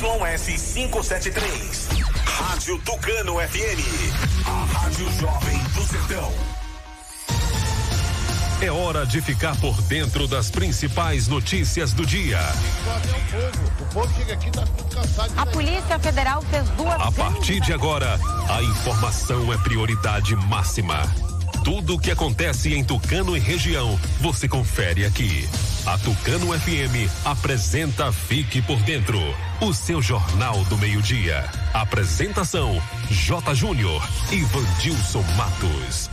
ZYS 573. Rádio Tucano FM. A Rádio Jovem do Sertão. É hora de ficar por dentro das principais notícias do dia. O povo chega aqui e tá tudo cansado. A Polícia Federal fez duas... A partir de agora, a informação é prioridade máxima. Tudo o que acontece em Tucano e região, você confere aqui. A Tucano FM apresenta Fique por Dentro, o seu jornal do meio-dia. Apresentação, J. Júnior e Vandilson Matos.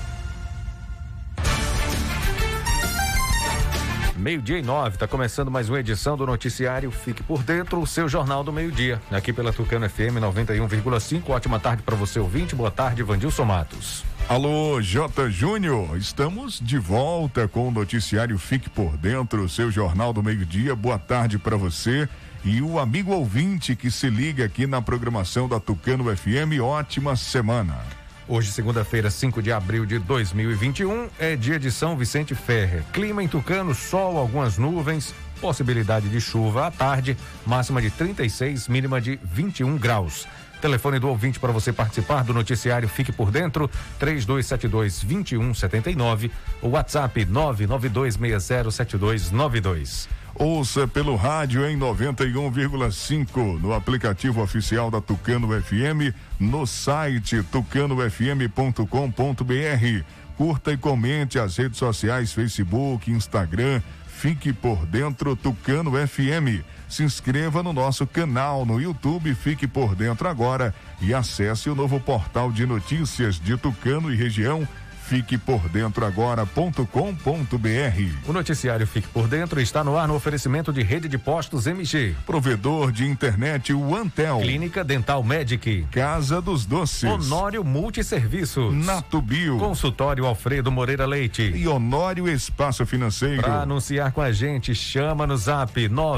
12:09, tá começando mais uma edição do noticiário Fique por Dentro, o seu jornal do meio-dia, aqui pela Tucano FM 91,5. Ótima tarde para você, ouvinte. Boa tarde, Vandilson Matos. Alô, J. Júnior, estamos de volta com o noticiário Fique por Dentro, o seu jornal do meio-dia. Boa tarde para você e o amigo ouvinte que se liga aqui na programação da Tucano FM. Ótima semana. Hoje, segunda-feira, 5 de abril de 2021, é dia de São Vicente Ferrer. Clima em Tucano, sol, algumas nuvens, possibilidade de chuva à tarde, máxima de 36, mínima de 21 graus. Telefone do ouvinte para você participar do noticiário Fique por Dentro, 3272-2179, o WhatsApp 992607292. Ouça pelo rádio em 91,5, no aplicativo oficial da Tucano FM, no site tucanofm.com.br. Curta e comente as redes sociais, Facebook, Instagram, Fique por Dentro Tucano FM. Se inscreva no nosso canal no YouTube Fique por Dentro agora e acesse o novo portal de notícias de Tucano e região, fiquepordentroagora.com.br. O noticiário Fique por Dentro está no ar no oferecimento de Rede de Postos MG, provedor de internet OneTel, Clínica Dental Medic, Casa dos Doces, Honório Multisserviços, Natubio, Consultório Alfredo Moreira Leite e Honório Espaço Financeiro. Para anunciar com a gente, chama no zap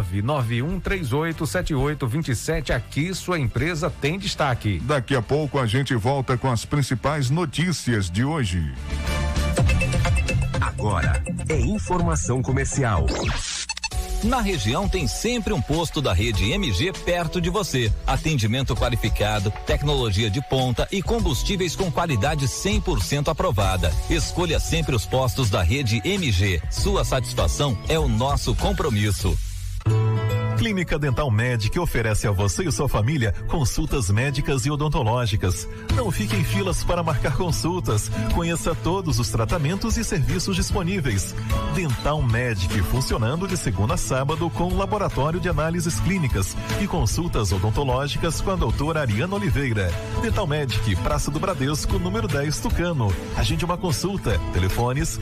991387827. Aqui sua empresa tem destaque. Daqui a pouco a gente volta com as principais notícias de hoje. Agora é informação comercial. Na região tem sempre um posto da rede MG perto de você. Atendimento qualificado, tecnologia de ponta e combustíveis com qualidade 100% aprovada. Escolha sempre os postos da rede MG. Sua satisfação é o nosso compromisso. Clínica Dental Medic oferece a você e sua família consultas médicas e odontológicas. Não fique em filas para marcar consultas. Conheça todos os tratamentos e serviços disponíveis. Dental Medic, funcionando de segunda a sábado com laboratório de análises clínicas e consultas odontológicas com a doutora Ariana Oliveira. Dental Medic, Praça do Bradesco, número 10, Tucano. Agende uma consulta. Telefones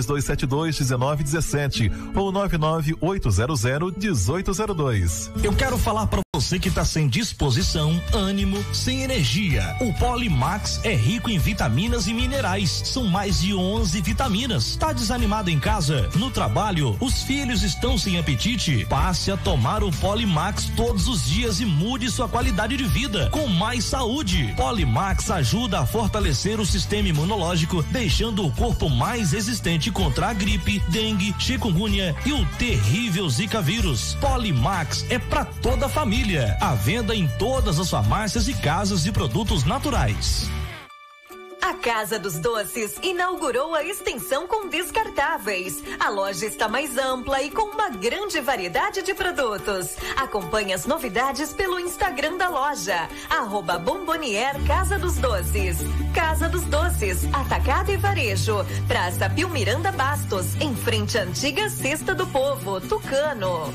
3272-1917 ou 99800-1802. Eu quero falar para você que tá sem disposição, ânimo, sem energia. O Polimax é rico em vitaminas e minerais. São mais de 11 vitaminas. Tá desanimado em casa? No trabalho? Os filhos estão sem apetite? Passe a tomar o Polimax todos os dias e mude sua qualidade de vida com mais saúde. Polimax ajuda a fortalecer o sistema imunológico, deixando o corpo mais resistente contra a gripe, dengue, chikungunya e o terrível Zika vírus. Polimax é para toda a família. À venda em todas as farmácias e casas de produtos naturais. A Casa dos Doces inaugurou a extensão com descartáveis. A loja está mais ampla e com uma grande variedade de produtos. Acompanhe as novidades pelo Instagram da loja, @Bombonier Casa dos Doces. Casa dos Doces, atacado e varejo. Praça Pio Miranda Bastos, em frente à antiga Cesta do Povo, Tucano.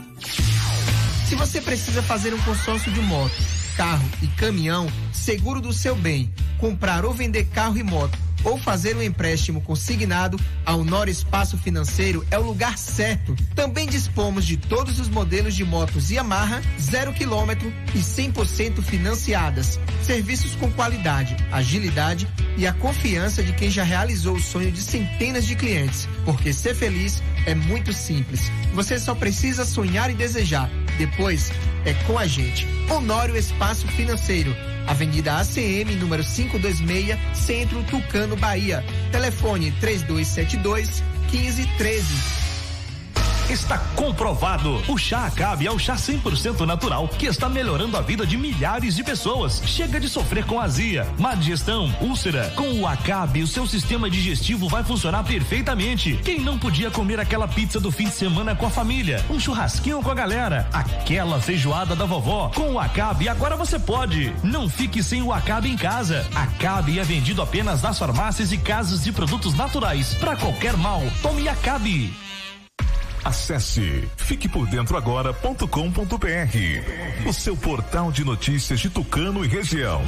Se você precisa fazer um consórcio de moto, carro e caminhão, seguro do seu bem, comprar ou vender carro e moto, ou fazer um empréstimo consignado, a Honório Espaço Financeiro é o lugar certo. Também dispomos de todos os modelos de motos Yamaha, 0 km e 100% financiadas. Serviços com qualidade, agilidade e a confiança de quem já realizou o sonho de centenas de clientes. Porque ser feliz é muito simples. Você só precisa sonhar e desejar. Depois é com a gente. Honório Espaço Financeiro, Avenida ACM, número 526, Centro, Tucano, Bahia. Telefone 3272-1513. Está comprovado. O chá Acabe é o chá 100% natural que está melhorando a vida de milhares de pessoas. Chega de sofrer com azia, má digestão, úlcera. Com o Acabe, o seu sistema digestivo vai funcionar perfeitamente. Quem não podia comer aquela pizza do fim de semana com a família, um churrasquinho com a galera, aquela feijoada da vovó, com o Acabe agora você pode. Não fique sem o Acabe em casa. Acabe é vendido apenas nas farmácias e casas de produtos naturais. Para qualquer mal, tome Acabe. Acesse fiquepordentroagora.com.br, o seu portal de notícias de Tucano e região.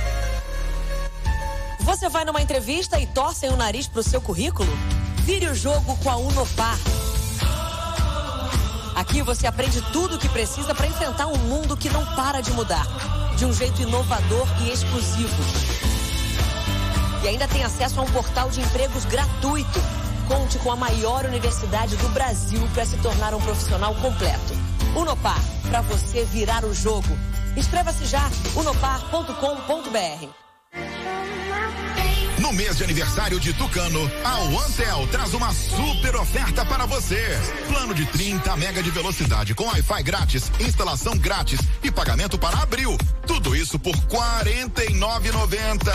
Você vai numa entrevista e torcem o nariz pro seu currículo? Vire o jogo com a Unopar. Aqui você aprende tudo o que precisa para enfrentar um mundo que não para de mudar, de um jeito inovador e exclusivo. E ainda tem acesso a um portal de empregos gratuito. Conte com a maior universidade do Brasil para se tornar um profissional completo. Unopar, para você virar o jogo. Inscreva-se já, unopar.com.br. No mês de aniversário de Tucano, a OneTel traz uma super oferta para você. Plano de 30 mega de velocidade com Wi-Fi grátis, instalação grátis e pagamento para abril. Tudo isso por R$ 49,90.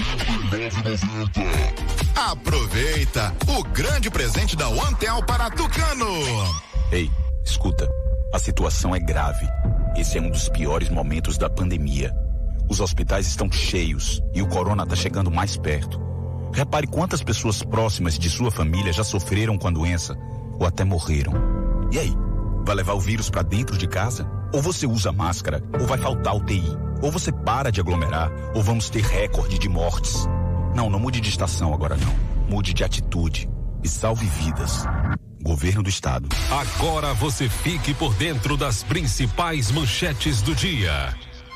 Aproveita o grande presente da OneTel para Tucano. Ei, escuta, a situação é grave. Esse é um dos piores momentos da pandemia. Os hospitais estão cheios e o corona está chegando mais perto. Repare quantas pessoas próximas de sua família já sofreram com a doença ou até morreram. E aí, vai levar o vírus para dentro de casa? Ou você usa máscara, ou vai faltar UTI? Ou você para de aglomerar, ou vamos ter recorde de mortes? Não mude de estação agora não. Mude de atitude e salve vidas. Governo do Estado. Agora você fique por dentro das principais manchetes do dia.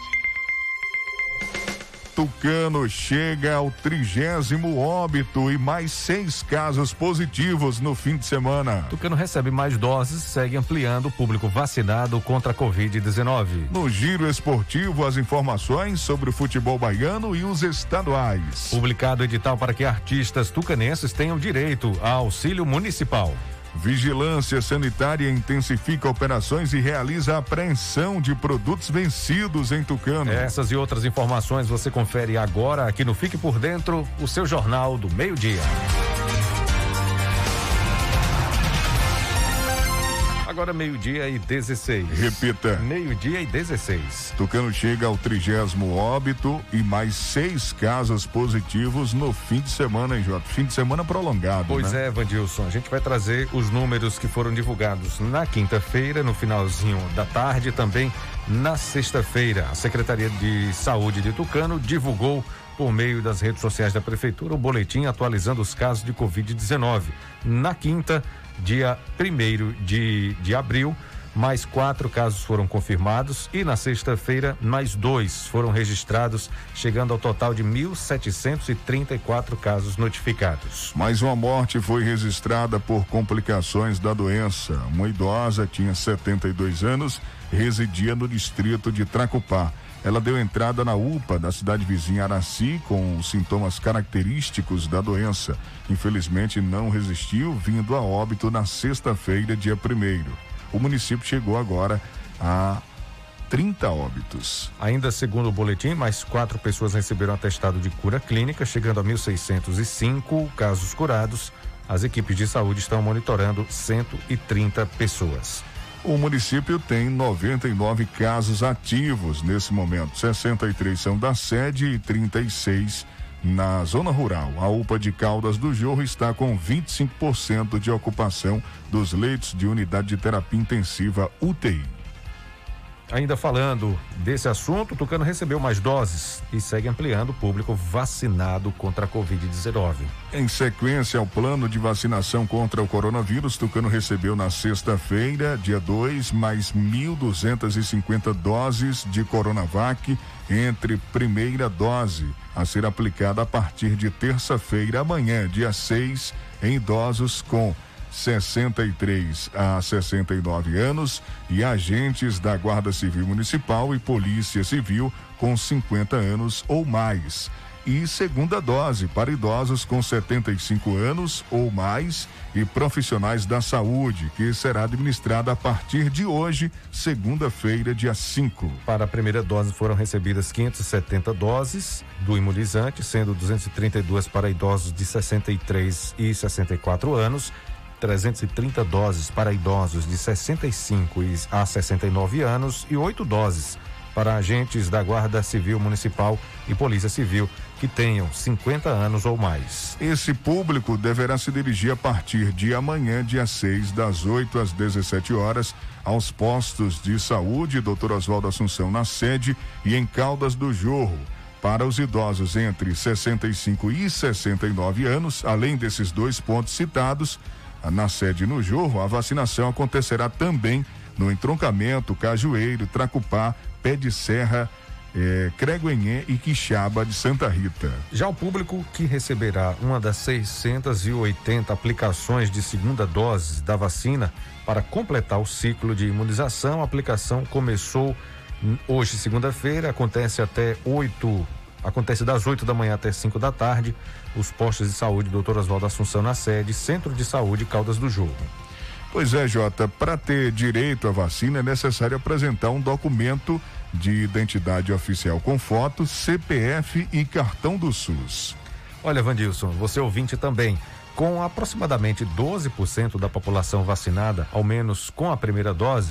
Tucano chega ao 30º óbito e mais 6 casos positivos no fim de semana. Tucano recebe mais doses e segue ampliando o público vacinado contra a Covid-19. No giro esportivo, as informações sobre o futebol baiano e os estaduais. Publicado edital para que artistas tucanenses tenham direito a auxílio municipal. Vigilância Sanitária intensifica operações e realiza apreensão de produtos vencidos em Tucano. Essas e outras informações você confere agora aqui no Fique por Dentro, o seu Jornal do Meio-Dia. Agora 12:16. Repita. 12:16. Tucano chega ao 30º óbito e mais 6 casos positivos no fim de semana, hein, Jota? Fim de semana prolongado, Pois né? é, Vandilson. A gente vai trazer os números que foram divulgados na quinta-feira, no finalzinho da tarde, também na sexta-feira. A Secretaria de Saúde de Tucano divulgou por meio das redes sociais da Prefeitura o boletim atualizando os casos de Covid-19. Na quinta, dia 1º de abril, mais 4 casos foram confirmados e na sexta-feira mais 2 foram registrados, chegando ao total de 1.734 casos notificados. Mais uma morte foi registrada por complicações da doença. Uma idosa tinha 72 anos, residia no distrito de Tracupá. Ela deu entrada na UPA da cidade vizinha Araci com os sintomas característicos da doença. Infelizmente não resistiu, vindo a óbito na sexta-feira, dia 1º. O município chegou agora a 30 óbitos. Ainda segundo o boletim, mais 4 pessoas receberam atestado de cura clínica, chegando a 1.605 casos curados. As equipes de saúde estão monitorando 130 pessoas. O município tem 99 casos ativos nesse momento. 63 são da sede e 36 na zona rural. A UPA de Caldas do Jorro está com 25% de ocupação dos leitos de unidade de terapia intensiva UTI. Ainda falando desse assunto, Tucano recebeu mais doses e segue ampliando o público vacinado contra a Covid-19. Em sequência ao plano de vacinação contra o coronavírus, Tucano recebeu na sexta-feira, dia 2, mais 1.250 doses de Coronavac, entre primeira dose a ser aplicada a partir de terça-feira, amanhã, dia 6, em idosos com 63 a 69 anos e agentes da Guarda Civil Municipal e Polícia Civil com 50 anos ou mais. e segunda dose para idosos com 75 anos ou mais e profissionais da saúde, que será administrada a partir de hoje, segunda-feira, dia 5. Para a primeira dose foram recebidas 570 doses do imunizante, sendo 232 para idosos de 63 e 64 anos, 330 doses para idosos de 65 a 69 anos e 8 doses para agentes da Guarda Civil Municipal e Polícia Civil que tenham 50 anos ou mais. Esse público deverá se dirigir a partir de amanhã, dia 6, das 8 às 17 horas, aos postos de saúde Dr. Oswaldo Assunção na sede e em Caldas do Jorro. Para os idosos entre 65 e 69 anos, além desses 2 pontos citados, na sede no Jorro, a vacinação acontecerá também no entroncamento Cajueiro, Tracupá, Pé de Serra, Creguenhê e Quixaba de Santa Rita. Já o público que receberá uma das 680 aplicações de segunda dose da vacina para completar o ciclo de imunização, a aplicação começou hoje, segunda-feira, acontece das 8 da manhã até 5 da tarde, os postos de saúde Dr. Oswaldo Assunção na sede, Centro de Saúde Caldas do Jorro. Pois é, Jota, para ter direito à vacina é necessário apresentar um documento de identidade oficial com foto, CPF e cartão do SUS. Olha, Vandilson, você ouvinte também, com aproximadamente 12% da população vacinada, ao menos com a primeira dose,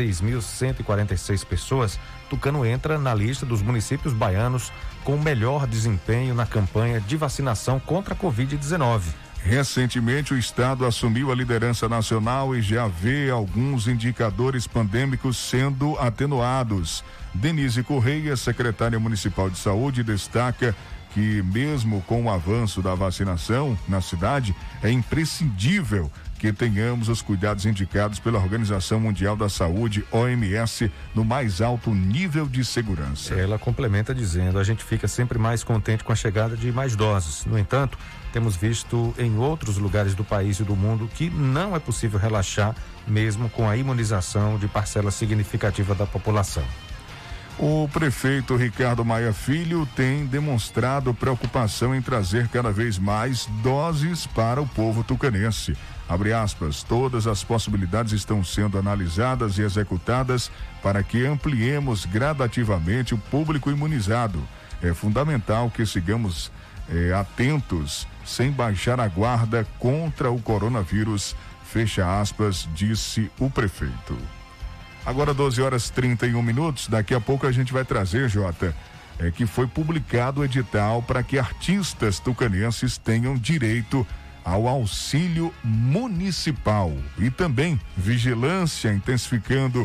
6.146 pessoas, Tucano entra na lista dos municípios baianos com melhor desempenho na campanha de vacinação contra a Covid-19. Recentemente, o estado assumiu a liderança nacional e já vê alguns indicadores pandêmicos sendo atenuados. Denise Correia, secretária municipal de saúde, destaca que mesmo com o avanço da vacinação na cidade, é imprescindível que tenhamos os cuidados indicados pela Organização Mundial da Saúde, OMS, no mais alto nível de segurança. Ela complementa dizendo: a gente fica sempre mais contente com a chegada de mais doses. No entanto, temos visto em outros lugares do país e do mundo que não é possível relaxar mesmo com a imunização de parcela significativa da população. O prefeito Ricardo Maia Filho tem demonstrado preocupação em trazer cada vez mais doses para o povo tucanense. Abre aspas, todas as possibilidades estão sendo analisadas e executadas para que ampliemos gradativamente o público imunizado. É fundamental que sigamos atentos, sem baixar a guarda contra o coronavírus, fecha aspas, disse o prefeito. Agora 12h31, daqui a pouco a gente vai trazer, Jota, que foi publicado o edital para que artistas tucanenses tenham direito ao auxílio municipal e também vigilância, intensificando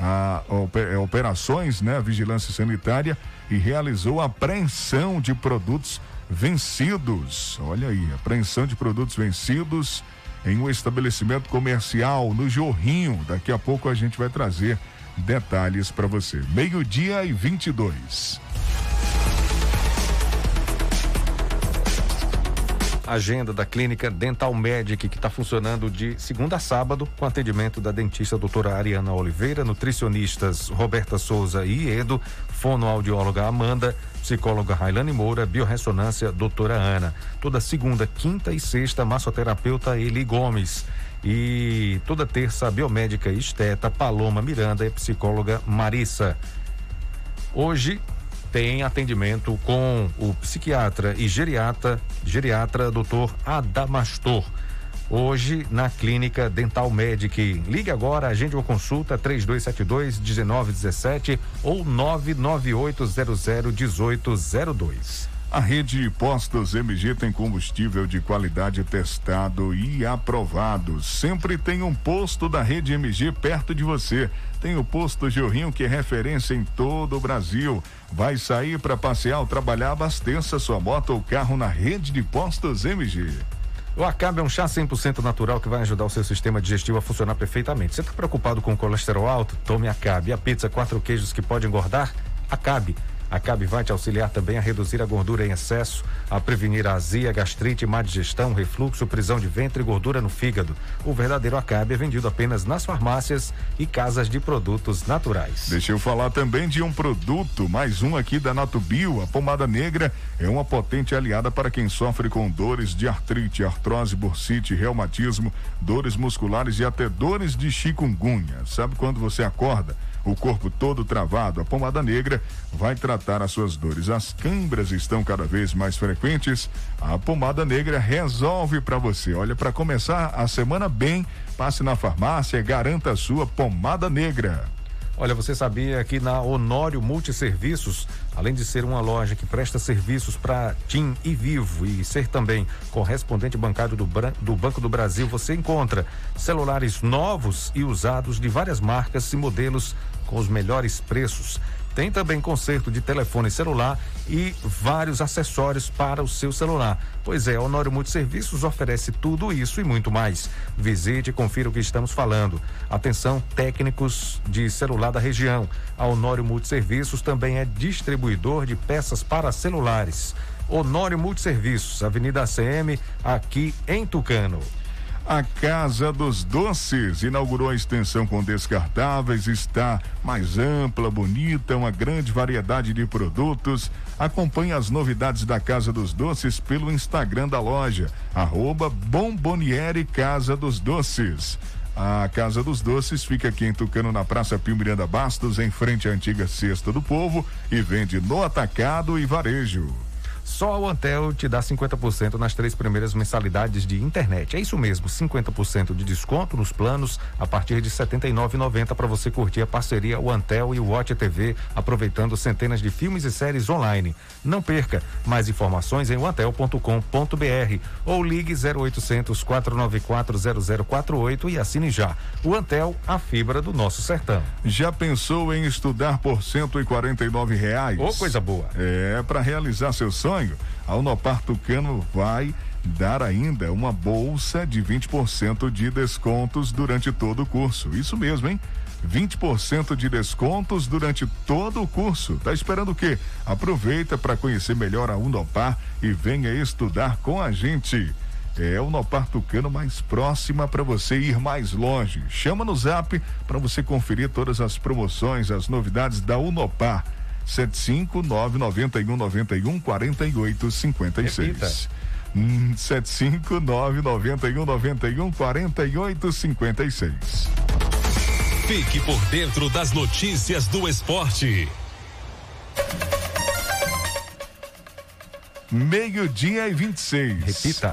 operações, né? Vigilância sanitária, e realizou a apreensão de produtos vencidos. Olha aí, apreensão de produtos vencidos em um estabelecimento comercial no Jorrinho. Daqui a pouco a gente vai trazer detalhes para você. 12h22. Agenda da Clínica Dental Medic, que está funcionando de segunda a sábado, com atendimento da dentista doutora Ariana Oliveira, nutricionistas Roberta Souza e Edo, fonoaudióloga Amanda, psicóloga Railane Moura, biorressonância doutora Ana. Toda segunda, quinta e sexta, massoterapeuta Eli Gomes. E toda terça, a biomédica e esteta Paloma Miranda e psicóloga Marissa. Hoje tem atendimento com o psiquiatra e geriatra Dr. Adamastor. Hoje na Clínica Dental Medic. Ligue agora, agende uma consulta 3272-1917 ou 99800-1802. A rede Postos MG tem combustível de qualidade testado e aprovado. Sempre tem um posto da rede MG perto de você. Tem o posto Jorrinho, que é referência em todo o Brasil. Vai sair para passear ou trabalhar, abasteça sua moto ou carro na rede de Postos MG. O Acabe é um chá 100% natural que vai ajudar o seu sistema digestivo a funcionar perfeitamente. Você está preocupado com o colesterol alto? Tome Acabe. A pizza 4 queijos que pode engordar? Acabe. A CAB vai te auxiliar também a reduzir a gordura em excesso, a prevenir a azia, gastrite, má digestão, refluxo, prisão de ventre e gordura no fígado. O verdadeiro Acabe é vendido apenas nas farmácias e casas de produtos naturais. Deixa eu falar também de um produto, mais um aqui da Natubio. A pomada negra é uma potente aliada para quem sofre com dores de artrite, artrose, bursite, reumatismo, dores musculares e até dores de chikungunya. Sabe quando você acorda, o corpo todo travado? A pomada negra vai tratar as suas dores. As câimbras estão cada vez mais frequentes. A pomada negra resolve para você. Olha, para começar a semana bem, passe na farmácia, garanta a sua pomada negra. Olha, você sabia que na Honório Multisserviços, além de ser uma loja que presta serviços para TIM e Vivo e ser também correspondente bancário do Banco do Brasil, você encontra celulares novos e usados de várias marcas e modelos com os melhores preços. Tem também conserto de telefone celular e vários acessórios para o seu celular. Pois é, a Honório Multisserviços oferece tudo isso e muito mais. Visite e confira o que estamos falando. Atenção, técnicos de celular da região. A Honório Multisserviços também é distribuidor de peças para celulares. Honório Multisserviços, Avenida ACM, aqui em Tucano. A Casa dos Doces inaugurou a extensão com descartáveis, está mais ampla, bonita, uma grande variedade de produtos. Acompanhe as novidades da Casa dos Doces pelo Instagram da loja, @Bomboniere Casa dos Doces. A Casa dos Doces fica aqui em Tucano, na Praça Pio Miranda Bastos, em frente à antiga Cesta do Povo, e vende no atacado e varejo. Só o Antel te dá 50% nas 3 primeiras mensalidades de internet. É isso mesmo, 50% de desconto nos planos a partir de R$ 79,90 para você curtir a parceria o Antel e o Watch TV, aproveitando centenas de filmes e séries online. Não perca, mais informações em antel.com.br ou ligue 0800 494 0048 e assine já. O Antel, a fibra do nosso sertão. Já pensou em estudar por R$ 149? Ô, coisa boa. É, para realizar seu sonho, a Unopar Tucano vai dar ainda uma bolsa de 20% de descontos durante todo o curso. Isso mesmo, hein? 20% de descontos durante todo o curso. Tá esperando o quê? Aproveita para conhecer melhor a Unopar e venha estudar com a gente. É a Unopar Tucano mais próxima para você ir mais longe. Chama no Zap para você conferir todas as promoções, as novidades da Unopar. 75991914856. 75991914856. Fique por dentro das notícias do esporte. 12:26. Repita.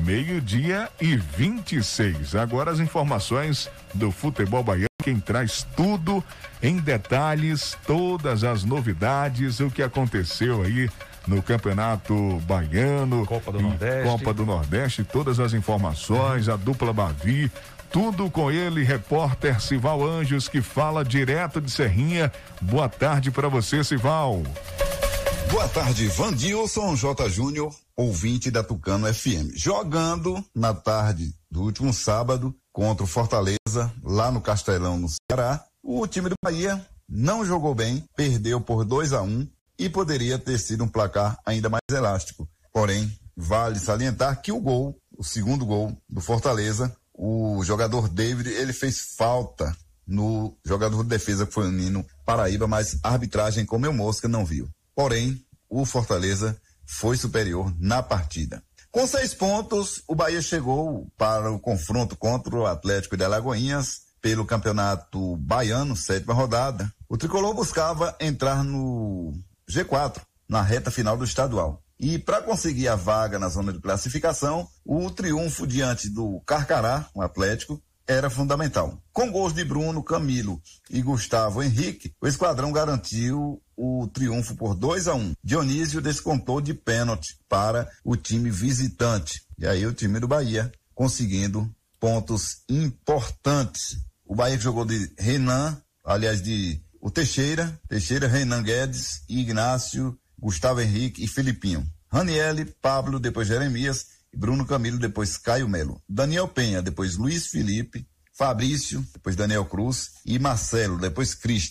12:26. Agora as informações do futebol baiano. Quem traz tudo em detalhes, todas as novidades, o que aconteceu aí no Campeonato Baiano, Copa do Nordeste, todas as informações, a dupla Bavi, tudo com ele, repórter Sival Anjos, que fala direto de Serrinha. Boa tarde para você, Sival. Boa tarde, Vandilson J. Júnior, ouvinte da Tucano FM. Jogando na tarde do último sábado contra o Fortaleza, lá no Castelão, no Ceará, o time do Bahia não jogou bem, perdeu por 2-1 e poderia ter sido um placar ainda mais elástico. Porém, vale salientar que o segundo gol do Fortaleza, o jogador David, ele fez falta no jogador de defesa, que foi o Nino Paraíba, mas a arbitragem comeu mosca, não viu. Porém, o Fortaleza foi superior na partida. Com 6 pontos, o Bahia chegou para o confronto contra o Atlético de Alagoinhas pelo Campeonato Baiano, 7ª rodada. O tricolor buscava entrar no G4, na reta final do estadual. E para conseguir a vaga na zona de classificação, o triunfo diante do Carcará, o Atlético, era fundamental. Com gols de Bruno, Camilo e Gustavo Henrique, o esquadrão garantiu o triunfo por 2-1. Dionísio descontou de pênalti para o time visitante. E aí o time do Bahia conseguindo pontos importantes. O Bahia jogou de Renan, aliás o Teixeira, Renan Guedes, Ignácio, Gustavo Henrique e Filipinho. Raniele, Pablo, depois Jeremias, Bruno Camilo, depois Caio Melo. Daniel Penha, depois Luiz Felipe, Fabrício, depois Daniel Cruz e Marcelo, depois Christian.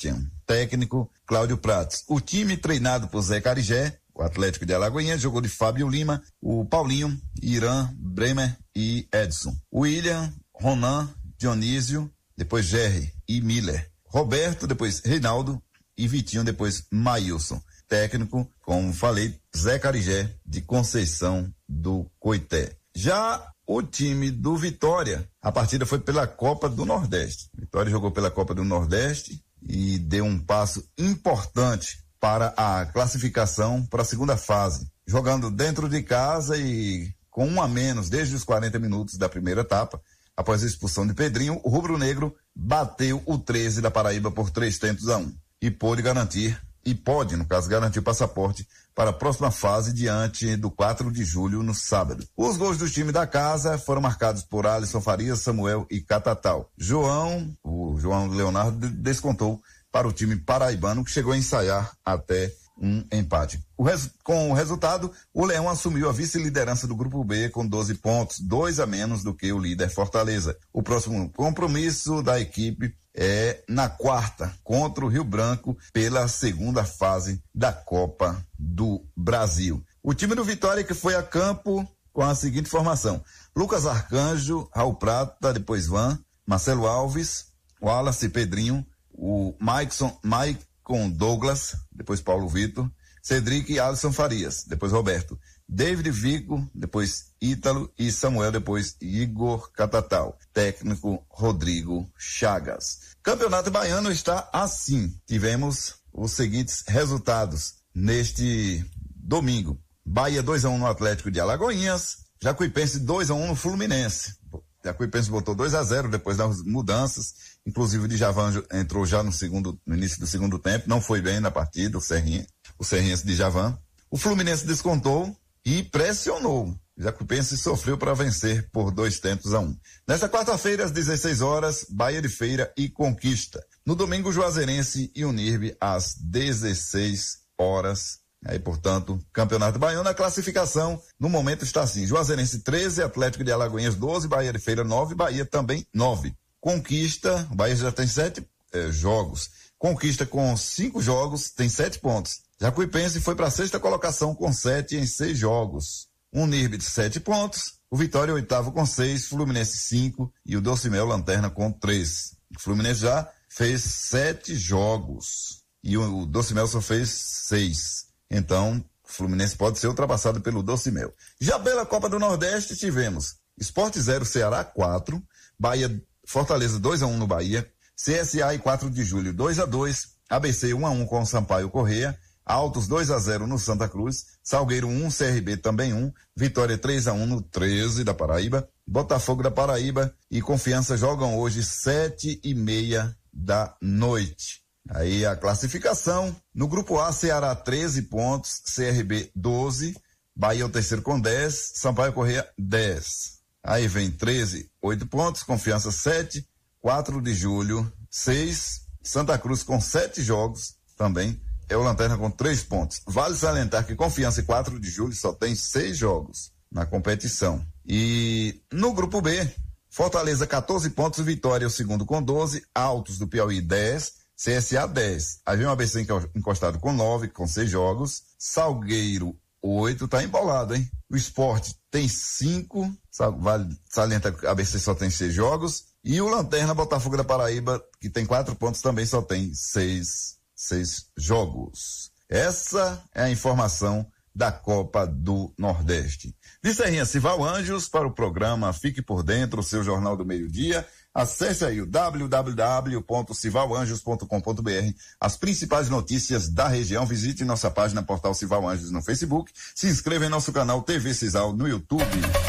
técnico Cláudio Prates. O time treinado por Zé Carigé, o Atlético de Alagoinhas, jogou de Fábio Lima, o Paulinho, Irã, Bremer e Edson. William, Ronan, Dionísio, depois Jerry e Miller. Roberto, depois Reinaldo e Vitinho, depois Maílson. Técnico, como falei, Zé Carigé, de Conceição do Coité. Já o time do Vitória, a partida foi pela Copa do Nordeste. Vitória jogou pela Copa do Nordeste e deu um passo importante para a classificação para a segunda fase, jogando dentro de casa e com 1 a menos desde os 40 minutos da primeira etapa. Após a expulsão de Pedrinho, o rubro-negro bateu o 13 da Paraíba por 3-1 e pode, no caso, garantir o passaporte para a próxima fase diante do 4 de julho, no sábado. Os gols do time da casa foram marcados por Alisson Farias, Samuel e Catatal. O João Leonardo descontou para o time paraibano, que chegou a ensaiar até um empate. Com o resultado, o Leão assumiu a vice-liderança do Grupo B com 12 pontos, 2 a menos do que o líder Fortaleza. O próximo compromisso da equipe é na quarta, contra o Rio Branco, pela segunda fase da Copa do Brasil. O time do Vitória que foi a campo com a seguinte formação: Lucas Arcanjo, Raul Prata, depois Van, Marcelo Alves, Wallace Pedrinho, o Maicon Douglas, depois Paulo Vitor, Cedric e Alisson Farias, depois Roberto, David Vico, depois Ítalo e Samuel, depois Igor Catatal. Técnico Rodrigo Chagas. Campeonato Baiano está assim. Tivemos os seguintes resultados neste domingo: Bahia 2-1 no Atlético de Alagoinhas, Jacuipense 2-1 no Fluminense. Jacuipense botou 2-0 depois das mudanças, inclusive o Djavan entrou já no início do segundo tempo, não foi bem na partida, o Serrinense Djavan. O Fluminense descontou e pressionou. O Jacuipense sofreu para vencer por 2-1. Nesta quarta-feira, às 16 horas, Bahia de Feira e Conquista. No domingo, Juazeirense e Unirv, às 16 horas. Aí, portanto, Campeonato Baiano, a classificação no momento está assim: Juazeirense 13, Atlético de Alagoinhas 12, Bahia de Feira 9, Bahia também 9. Conquista, o Bahia já tem 7 jogos. Conquista com 5 jogos, tem 7 pontos. Jacuipense foi para a 6ª colocação com 7 em 6 jogos. Unirv de 7 pontos, o Vitória 8º com 6, Fluminense 5 e o Docimel Lanterna com 3. O Fluminense já fez 7 jogos e o Docimel só fez 6. Então, o Fluminense pode ser ultrapassado pelo Docimel. Já pela Copa do Nordeste tivemos Sport 0, Ceará 4, Fortaleza 2-1 no Bahia, CSA e 4 de Julho 2-2, ABC 1-1 com o Sampaio Corrêa, Altos 2-0 no Santa Cruz, Salgueiro 1, CRB também 1, Vitória 3-1 no 13 da Paraíba, Botafogo da Paraíba e Confiança jogam hoje 7h30 da noite. Aí a classificação: no grupo A, Ceará 13 pontos, CRB 12, Bahia o terceiro com 10, Sampaio Corrêa 10. Aí vem 13, 8 pontos, Confiança 7, 4 de Julho 6, Santa Cruz com 7 jogos também é o Lanterna com 3 pontos. Vale salientar que Confiança e 4 de Julho só tem 6 jogos na competição. E no grupo B, Fortaleza 14 pontos, Vitória o segundo com 12, Altos do Piauí 10, CSA 10. Aí vem o ABC encostado com 9, com 6 jogos. Salgueiro 8, tá embolado, hein? O Sport tem 5, vale salientar que o ABC só tem 6 jogos. E o Lanterna Botafogo da Paraíba, que tem 4 pontos, também só tem 6 jogos. Essa é a informação da Copa do Nordeste. De Serrinha, Cival Anjos, para o programa Fique por Dentro, o seu Jornal do Meio-Dia. Acesse aí o www.civalanjos.com.br, as principais notícias da região. Visite nossa página Portal Cival Anjos no Facebook. Se inscreva em nosso canal TV Cisal no YouTube.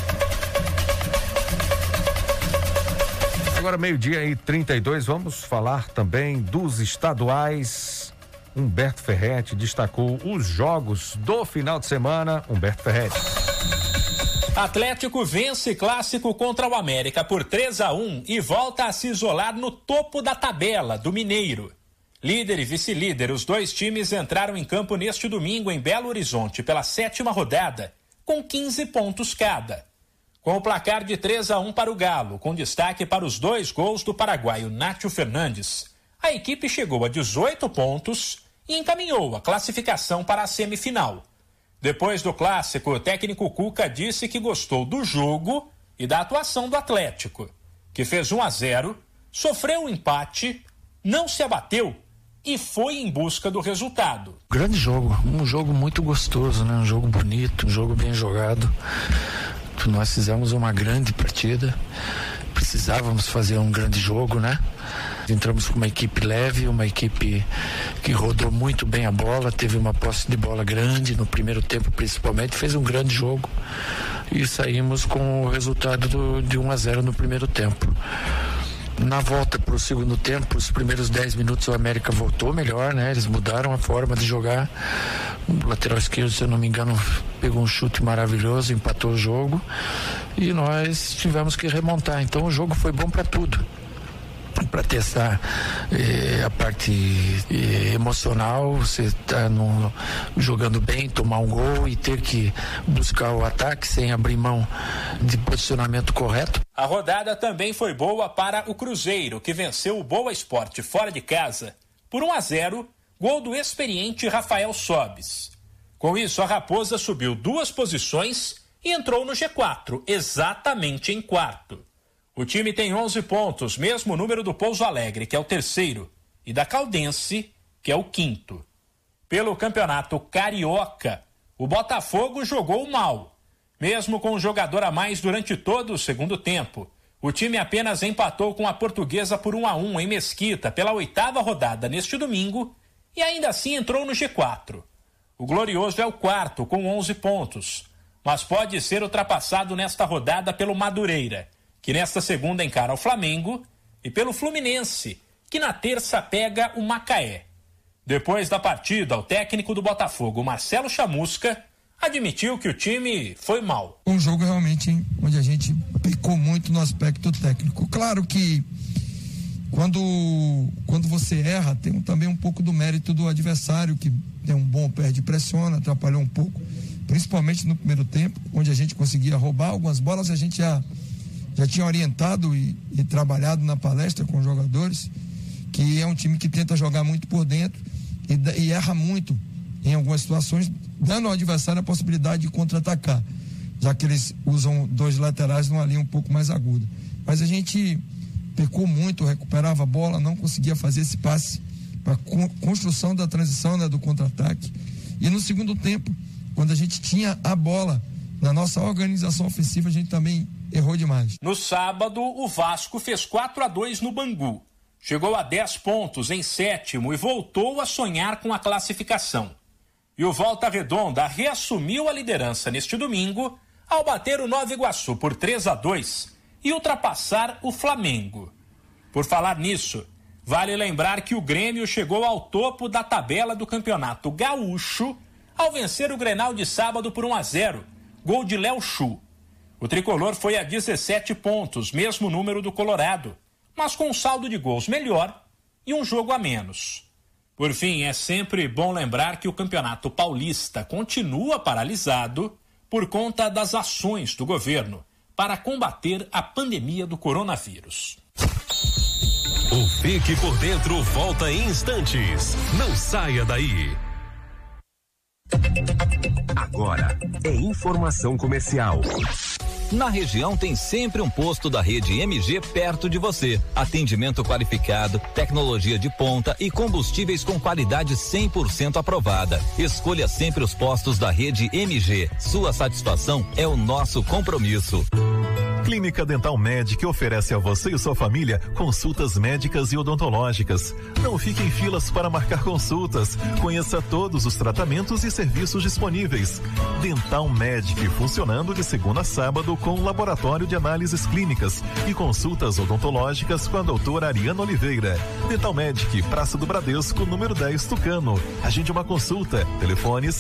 Agora 12:32, vamos falar também dos estaduais. Humberto Ferretti destacou os jogos do final de semana. Humberto Ferretti. Atlético vence clássico contra o América por 3-1 e volta a se isolar no topo da tabela do Mineiro. Líder e vice-líder, os dois times entraram em campo neste domingo em Belo Horizonte pela 7ª rodada, com 15 pontos cada. Com o placar de 3-1 para o Galo, com destaque para os 2 gols do paraguaio Nátio Fernandes, a equipe chegou a 18 pontos e encaminhou a classificação para a semifinal. Depois do clássico, o técnico Cuca disse que gostou do jogo e da atuação do Atlético, que fez 1-0, sofreu um empate, não se abateu e foi em busca do resultado. Grande jogo, um jogo muito gostoso, né? Um jogo bonito, um jogo bem jogado. Nós fizemos uma grande partida, precisávamos fazer um grande jogo, né? Entramos com uma equipe leve, uma equipe que rodou muito bem a bola, teve uma posse de bola grande no primeiro tempo principalmente, fez um grande jogo e saímos com o resultado de 1-0 no primeiro tempo. Na volta para o segundo tempo, os primeiros 10 minutos o América voltou melhor, né? Eles mudaram a forma de jogar. O lateral esquerdo, se eu não me engano, pegou um chute maravilhoso, empatou o jogo e nós tivemos que remontar. Então o jogo foi bom para tudo. Para testar a parte emocional, você está jogando bem, tomar um gol e ter que buscar o ataque sem abrir mão de posicionamento correto. A rodada também foi boa para o Cruzeiro, que venceu o Boa Esporte fora de casa por 1-0, gol do experiente Rafael Sobis. Com isso, a Raposa subiu 2 posições e entrou no G4, exatamente em quarto. O time tem 11 pontos, mesmo número do Pouso Alegre, que é o terceiro, e da Caldense, que é o quinto. Pelo Campeonato Carioca, o Botafogo jogou mal. Mesmo com um jogador a mais durante todo o segundo tempo, o time apenas empatou com a Portuguesa por 1-1 em Mesquita pela 8ª rodada neste domingo e ainda assim entrou no G4. O Glorioso é o quarto com 11 pontos, mas pode ser ultrapassado nesta rodada pelo Madureira, que nesta segunda encara o Flamengo, e pelo Fluminense, que na terça pega o Macaé. Depois da partida, o técnico do Botafogo, Marcelo Chamusca, admitiu que o time foi mal. Um jogo realmente onde a gente pecou muito no aspecto técnico. Claro que quando você erra, tem também um pouco do mérito do adversário, que tem um bom pé de pressiona, atrapalhou um pouco, principalmente no primeiro tempo, onde a gente conseguia roubar algumas bolas, a gente já tinha orientado e trabalhado na palestra com os jogadores, que é um time que tenta jogar muito por dentro e erra muito em algumas situações, dando ao adversário a possibilidade de contra-atacar, já que eles usam 2 laterais numa linha um pouco mais aguda. Mas a gente pecou muito, recuperava a bola, não conseguia fazer esse passe para construção da transição, né, do contra-ataque. E no segundo tempo, quando a gente tinha a bola na nossa organização ofensiva, a gente também errou demais. No sábado, o Vasco fez 4-2 no Bangu. Chegou a 10 pontos em 7º e voltou a sonhar com a classificação. E o Volta Redonda reassumiu a liderança neste domingo ao bater o Nova Iguaçu por 3-2 e ultrapassar o Flamengo. Por falar nisso, vale lembrar que o Grêmio chegou ao topo da tabela do Campeonato Gaúcho ao vencer o Grenal de sábado por 1-0, gol de Léo Chu. O tricolor foi a 17 pontos, mesmo número do Colorado, mas com um saldo de gols melhor e um jogo a menos. Por fim, é sempre bom lembrar que o Campeonato Paulista continua paralisado por conta das ações do governo para combater a pandemia do coronavírus. O Fique por Dentro volta em instantes. Não saia daí. Agora é informação comercial. Na região tem sempre um posto da rede MG perto de você. Atendimento qualificado, tecnologia de ponta e combustíveis com qualidade 100% aprovada. Escolha sempre os postos da rede MG. Sua satisfação é o nosso compromisso. Clínica Dental Med, que oferece a você e sua família consultas médicas e odontológicas. Não fique em filas para marcar consultas. Conheça todos os tratamentos e serviços disponíveis. Dental Medic, funcionando de segunda a sábado com laboratório de análises clínicas e consultas odontológicas com a doutora Ariana Oliveira. Dental Medic, Praça do Bradesco, número 10, Tucano. Agende uma consulta. Telefones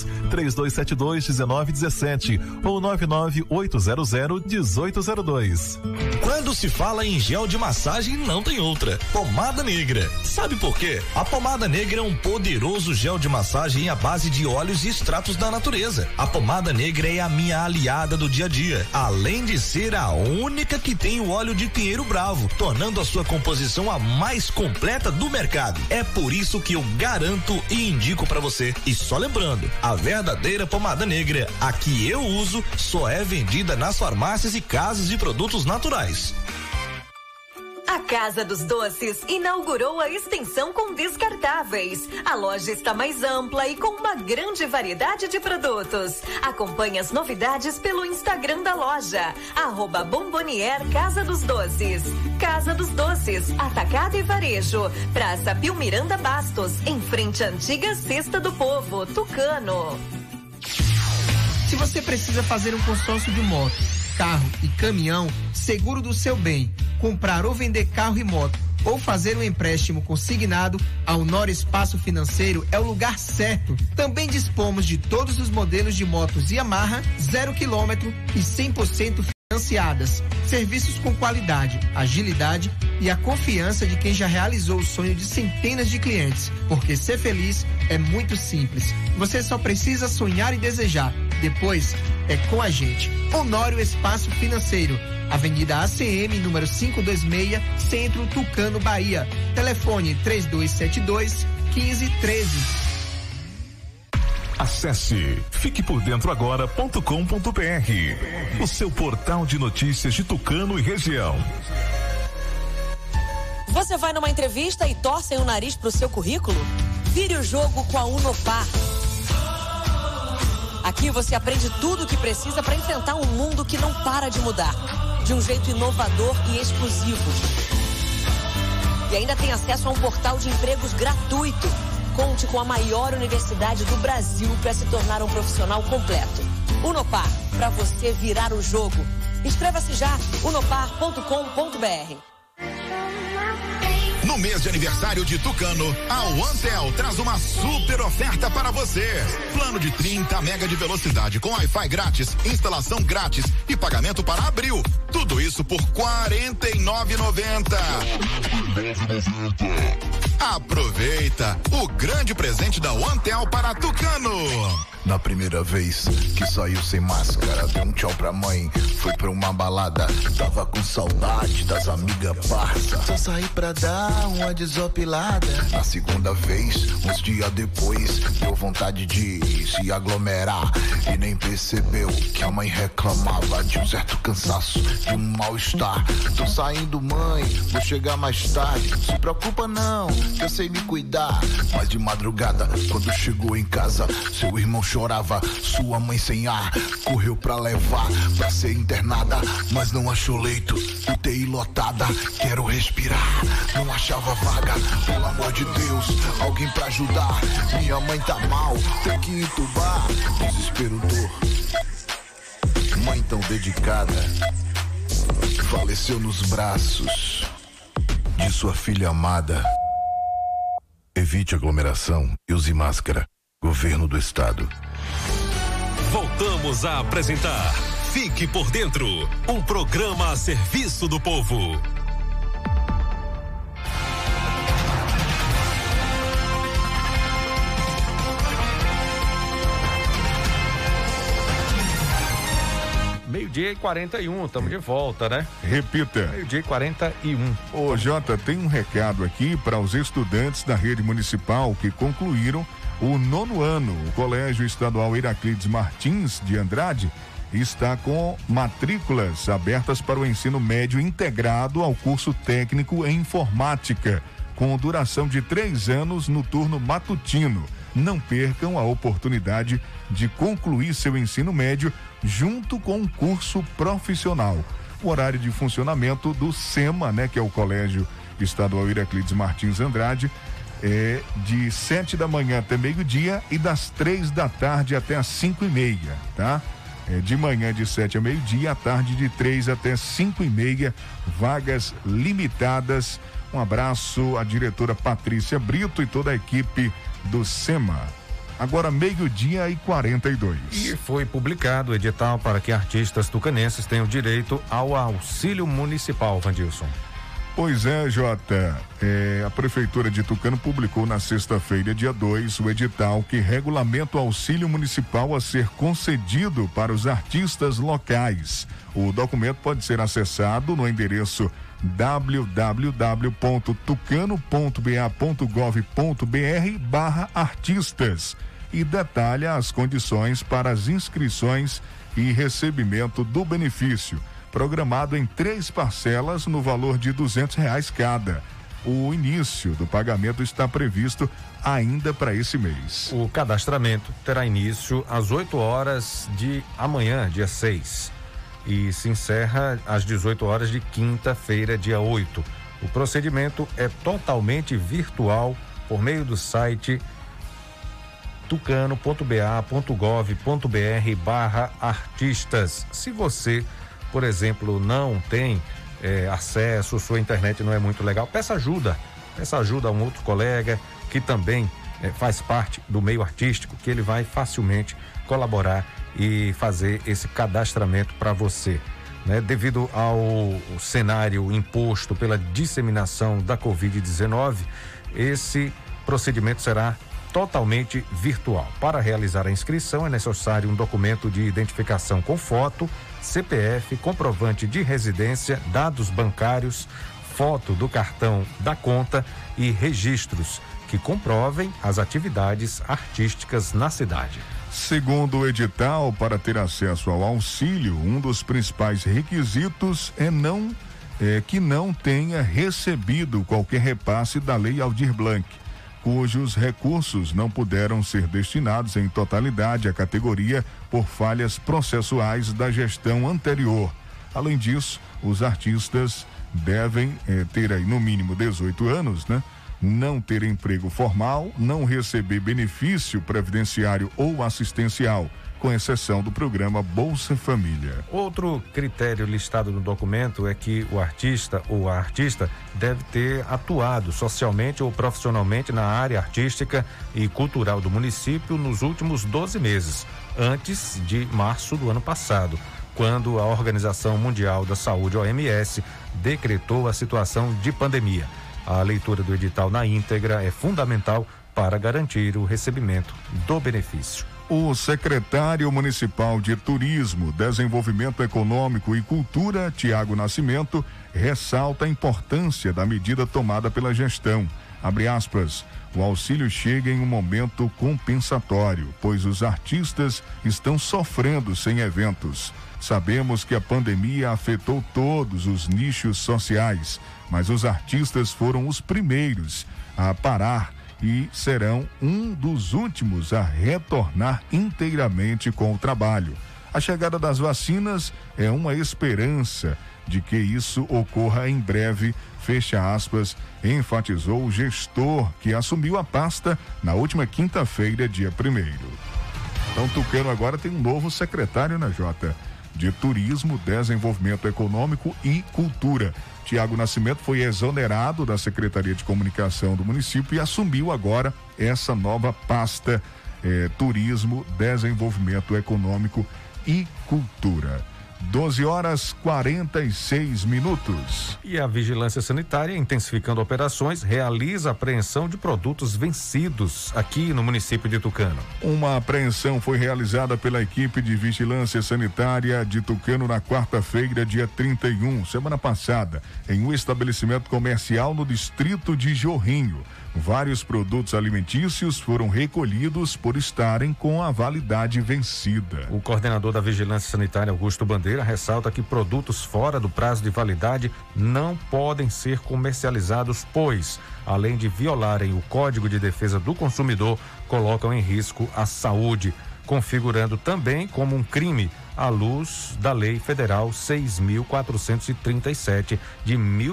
3272-1917 ou 99800-1802. Quando se fala em gel de massagem, não tem outra. Pomada Negra. Sabe por quê? A Pomada Negra é um poderoso gel de massagem à base de óleos e extratos da natureza. A Pomada Negra é a minha aliada do dia a dia, além de ser a única que tem o óleo de pinheiro bravo, tornando a sua composição a mais completa do mercado. É por isso que eu garanto e indico pra você. E só lembrando, a verdadeira Pomada Negra, a que eu uso, só é vendida nas farmácias e casas de produtos naturais. A Casa dos Doces inaugurou a extensão com descartáveis. A loja está mais ampla e com uma grande variedade de produtos. Acompanhe as novidades pelo Instagram da loja, @Bombonier Casa dos Doces. Casa dos Doces, atacado e varejo. Praça Pio Miranda Bastos, em frente à antiga Cesta do Povo, Tucano. Se você precisa fazer um consórcio de moto, carro e caminhão, seguro do seu bem, comprar ou vender carro e moto, ou fazer um empréstimo consignado, a Honório Espaço Financeiro é o lugar certo. Também dispomos de todos os modelos de motos Yamaha, 0 km e 100% financiadas. Serviços com qualidade, agilidade e a confiança de quem já realizou o sonho de centenas de clientes. Porque ser feliz é muito simples. Você só precisa sonhar e desejar. Depois é com a gente. Honório Espaço Financeiro, Avenida ACM, número 526, Centro, Tucano, Bahia. Telefone 3272-1513. Acesse fiquepordentroagora.com.br, o seu portal de notícias de Tucano e região. Você vai numa entrevista e torcem o nariz pro seu currículo? Vire o jogo com a Unopar. Aqui você aprende tudo o que precisa para enfrentar um mundo que não para de mudar, de um jeito inovador e exclusivo. E ainda tem acesso a um portal de empregos gratuito. Conte com a maior universidade do Brasil para se tornar um profissional completo. Unopar, para você virar o jogo. Inscreva-se já, unopar.com.br. No mês de aniversário de Tucano, a OneTel traz uma super oferta para você. Plano de 30 mega de velocidade com Wi-Fi grátis, instalação grátis e pagamento para abril. Tudo isso por R$ 49,90. Aproveita o grande presente da OneTel para Tucano. Na primeira vez que saiu sem máscara, deu um tchau pra mãe, foi pra uma balada, tava com saudade das amigas parça. Só saí pra dar uma desopilada. Na segunda vez, uns dias depois, deu vontade de se aglomerar e nem percebeu que a mãe reclamava de um certo cansaço, de um mal-estar. Tô saindo, mãe, vou chegar mais tarde. Se preocupa não, que eu sei me cuidar. Mas de madrugada, quando chegou em casa, seu irmão chorava, sua mãe sem ar, correu pra levar, pra ser internada, mas não achou leito, UTI lotada, quero respirar, não achava vaga, pelo amor de Deus, alguém pra ajudar, minha mãe tá mal, tem que entubar, desespero, dor, mãe tão dedicada, faleceu nos braços de sua filha amada. Evite aglomeração e use máscara. Governo do Estado. Voltamos a apresentar Fique por Dentro, um programa a serviço do povo. Meio-dia e 41, estamos de volta, né? Repita. Meio-dia e 41. Ô, Jota, tem um recado aqui para os estudantes da rede municipal que concluíram o 9º ano. O Colégio Estadual Heraclides Martins de Andrade está com matrículas abertas para o ensino médio integrado ao curso técnico em informática, com duração de 3 anos no turno matutino. Não percam a oportunidade de concluir seu ensino médio junto com um curso profissional. O horário de funcionamento do SEMA, né, que é o Colégio Estadual Heraclides Martins Andrade, é de 7 da manhã até meio-dia e das 3 da tarde até as 5:30, tá? É de manhã de 7 a meio-dia, à tarde de 3 até 5:30, vagas limitadas. Um abraço à diretora Patrícia Brito e toda a equipe do SEMA. Agora 12:42. E foi publicado o edital para que artistas tucanenses tenham direito ao auxílio municipal, Vandilson. Pois é, Jota. A Prefeitura de Tucano publicou na sexta-feira, dia 2, o edital que regulamenta o auxílio municipal a ser concedido para os artistas locais. O documento pode ser acessado no endereço www.tucano.ba.gov.br/artistas e detalha as condições para as inscrições e recebimento do benefício, programado em 3 parcelas no valor de R$200 cada. O início do pagamento está previsto ainda para esse mês. O cadastramento terá início às 8 horas de amanhã, dia 6, e se encerra às 18 horas de quinta-feira, dia 8. O procedimento é totalmente virtual por meio do site tucano.ba.gov.br/artistas. Se você, por exemplo, não tem acesso, sua internet não é muito legal, peça ajuda a um outro colega que também faz parte do meio artístico, que ele vai facilmente colaborar e fazer esse cadastramento para você, né? Devido ao cenário imposto pela disseminação da Covid-19, esse procedimento será totalmente virtual. Para realizar a inscrição é necessário um documento de identificação com foto, CPF, comprovante de residência, dados bancários, foto do cartão da conta e registros que comprovem as atividades artísticas na cidade. Segundo o edital, para ter acesso ao auxílio, um dos principais requisitos é que não tenha recebido qualquer repasse da Lei Aldir Blanc, cujos recursos não puderam ser destinados em totalidade à categoria por falhas processuais da gestão anterior. Além disso, os artistas devem ter aí no mínimo 18 anos, né? Não ter emprego formal, não receber benefício previdenciário ou assistencial, com exceção do programa Bolsa Família. Outro critério listado no documento é que o artista ou a artista deve ter atuado socialmente ou profissionalmente na área artística e cultural do município nos últimos 12 meses, antes de março do ano passado, quando a Organização Mundial da Saúde, OMS, decretou a situação de pandemia. A leitura do edital na íntegra é fundamental para garantir o recebimento do benefício. O secretário municipal de Turismo, Desenvolvimento Econômico e Cultura, Tiago Nascimento, ressalta a importância da medida tomada pela gestão. Abre aspas, o auxílio chega em um momento compensatório, pois os artistas estão sofrendo sem eventos. Sabemos que a pandemia afetou todos os nichos sociais, mas os artistas foram os primeiros a parar e serão um dos últimos a retornar inteiramente com o trabalho. A chegada das vacinas é uma esperança de que isso ocorra em breve, fecha aspas, enfatizou o gestor que assumiu a pasta na última quinta-feira, dia 1º. Então, Tucano agora tem um novo secretário, né, Jota? De Turismo, Desenvolvimento Econômico e Cultura. Tiago Nascimento foi exonerado da Secretaria de Comunicação do município e assumiu agora essa nova pasta, Turismo, Desenvolvimento Econômico e Cultura. 12h46. E a Vigilância Sanitária, intensificando operações, realiza a apreensão de produtos vencidos aqui no município de Tucano. Uma apreensão foi realizada pela equipe de Vigilância Sanitária de Tucano na quarta-feira, dia 31, semana passada, em um estabelecimento comercial no distrito de Jorrinho. Vários produtos alimentícios foram recolhidos por estarem com a validade vencida. O coordenador da Vigilância Sanitária, Augusto Bandeira, ressalta que produtos fora do prazo de validade não podem ser comercializados, pois, além de violarem o Código de Defesa do Consumidor, colocam em risco a saúde, configurando também como um crime à luz da Lei Federal 6.437 de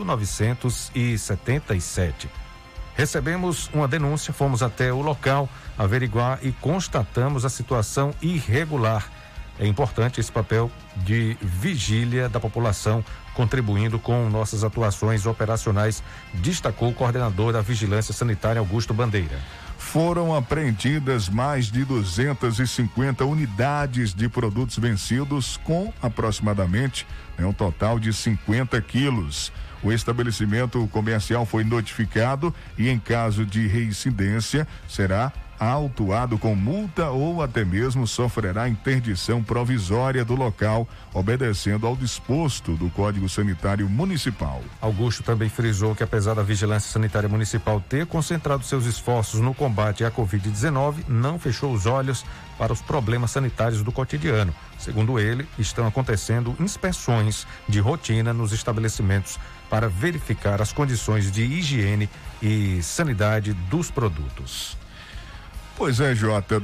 1977. Recebemos uma denúncia, fomos até o local averiguar e constatamos a situação irregular. É importante esse papel de vigília da população, contribuindo com nossas atuações operacionais, destacou o coordenador da Vigilância Sanitária, Augusto Bandeira. foram apreendidas mais de 250 unidades de produtos vencidos com aproximadamente um total de 50 quilos. O estabelecimento comercial foi notificado e, em caso de reincidência, será autuado com multa ou até mesmo sofrerá interdição provisória do local, obedecendo ao disposto do Código Sanitário Municipal. Augusto também frisou que, apesar da Vigilância Sanitária Municipal ter concentrado seus esforços no combate à Covid-19, não fechou os olhos para os problemas sanitários do cotidiano. Segundo ele, estão acontecendo inspeções de rotina nos estabelecimentos para verificar as condições de higiene e sanidade dos produtos. Pois é, Jota,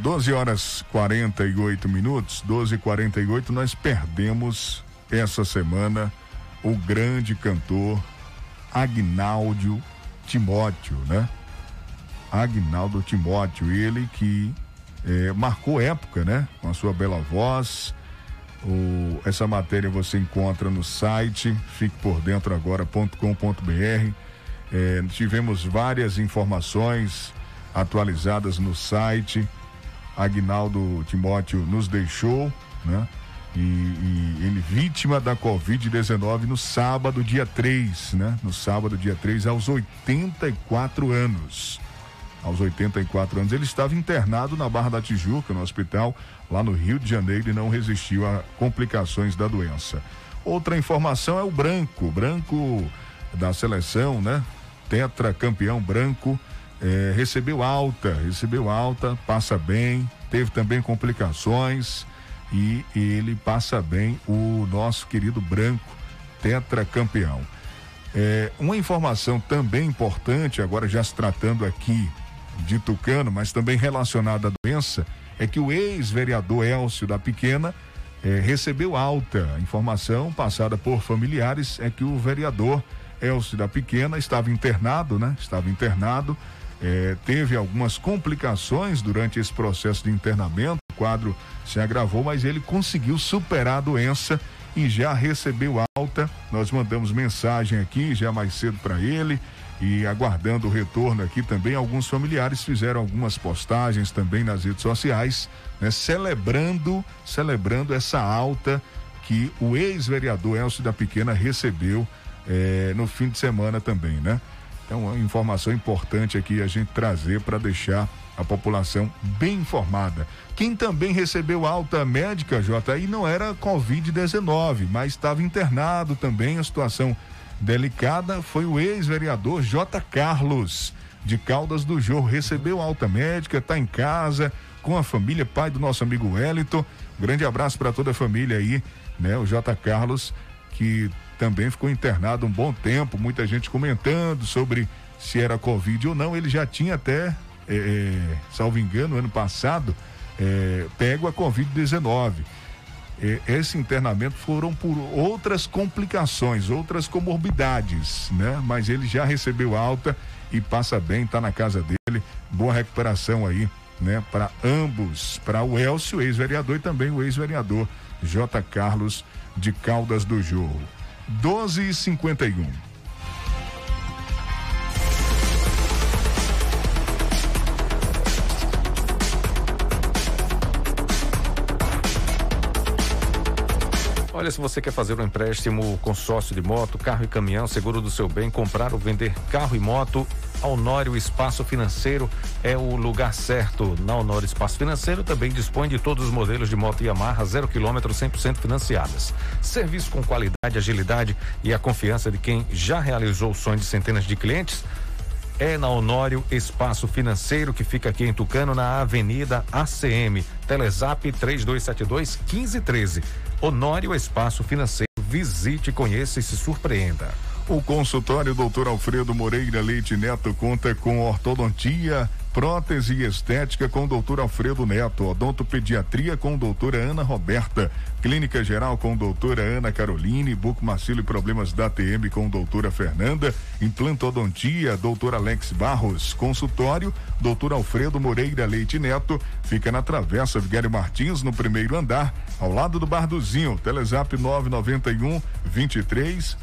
12h48, 12h48, nós perdemos essa semana o grande cantor Agnaldo Timóteo, né? Agnaldo Timóteo, ele que marcou época, né? Com a sua bela voz. Essa matéria você encontra no site fiquepordentroagora.com.br. Tivemos várias informações atualizadas no site. Agnaldo Timóteo nos deixou, né? E ele vítima da Covid-19 no sábado, dia 3, né? No sábado, dia 3, aos 84 anos. Aos 84 anos. Ele estava internado na Barra da Tijuca, no hospital, lá no Rio de Janeiro, e não resistiu a complicações da doença. Outra informação é o Branco da seleção, né? Tetracampeão Branco. Recebeu alta, passa bem, teve também complicações e ele passa bem, o nosso querido Branco, tetracampeão. Uma informação também importante, agora já se tratando aqui de Tucano, mas também relacionada à doença, é que o ex-vereador Elcio da Pequena recebeu alta. A informação passada por familiares é que o vereador Elcio da Pequena estava internado, né? Teve algumas complicações durante esse processo de internamento, o quadro se agravou, mas ele conseguiu superar a doença e já recebeu alta. Nós mandamos mensagem aqui já mais cedo para ele e aguardando o retorno aqui também. Alguns familiares fizeram algumas postagens também nas redes sociais, né, celebrando essa alta que o ex-vereador Elcio da Pequena recebeu no fim de semana também, né? Então, uma informação importante aqui a gente trazer para deixar a população bem informada. Quem também recebeu alta médica, Jota, aí não era Covid-19, mas estava internado também, a situação delicada, foi o ex-vereador J. Carlos, de Caldas do Jorro. Recebeu alta médica, está em casa, com a família, pai do nosso amigo Wellington. Grande abraço para toda a família aí, né? O J. Carlos, que também ficou internado um bom tempo, muita gente comentando sobre se era Covid ou não. Ele já tinha até, salvo engano, ano passado, pego a Covid-19. Esse internamento foram por outras complicações, outras comorbidades, né? Mas ele já recebeu alta e passa bem, tá na casa dele. Boa recuperação aí, né? Para ambos, para o Elcio, ex-vereador, e também o ex-vereador J. Carlos de Caldas do Jorro. 12h51. Olha, se você quer fazer um empréstimo, consórcio de moto, carro e caminhão, seguro do seu bem, comprar ou vender carro e moto, a Honório Espaço Financeiro é o lugar certo. Na Honório Espaço Financeiro também dispõe de todos os modelos de moto Yamaha 0 km 100% financiadas. Serviço com qualidade, agilidade e a confiança de quem já realizou o sonho de centenas de clientes. É na Honório Espaço Financeiro, que fica aqui em Tucano, na Avenida ACM. Telezap 3272-1513. Honório Espaço Financeiro. Visite, conheça e se surpreenda. O consultório Dr. Alfredo Moreira Leite Neto conta com ortodontia, prótese e estética com Dr. Alfredo Neto, odontopediatria com doutora Ana Roberta, clínica geral com doutora Ana Caroline, bucomacilo e problemas da ATM com doutora Fernanda, implantodontia, doutor Alex Barros, consultório Dr. Alfredo Moreira Leite Neto, fica na Travessa Vigário Martins, no primeiro andar, ao lado do Bar do Zinho. Telezap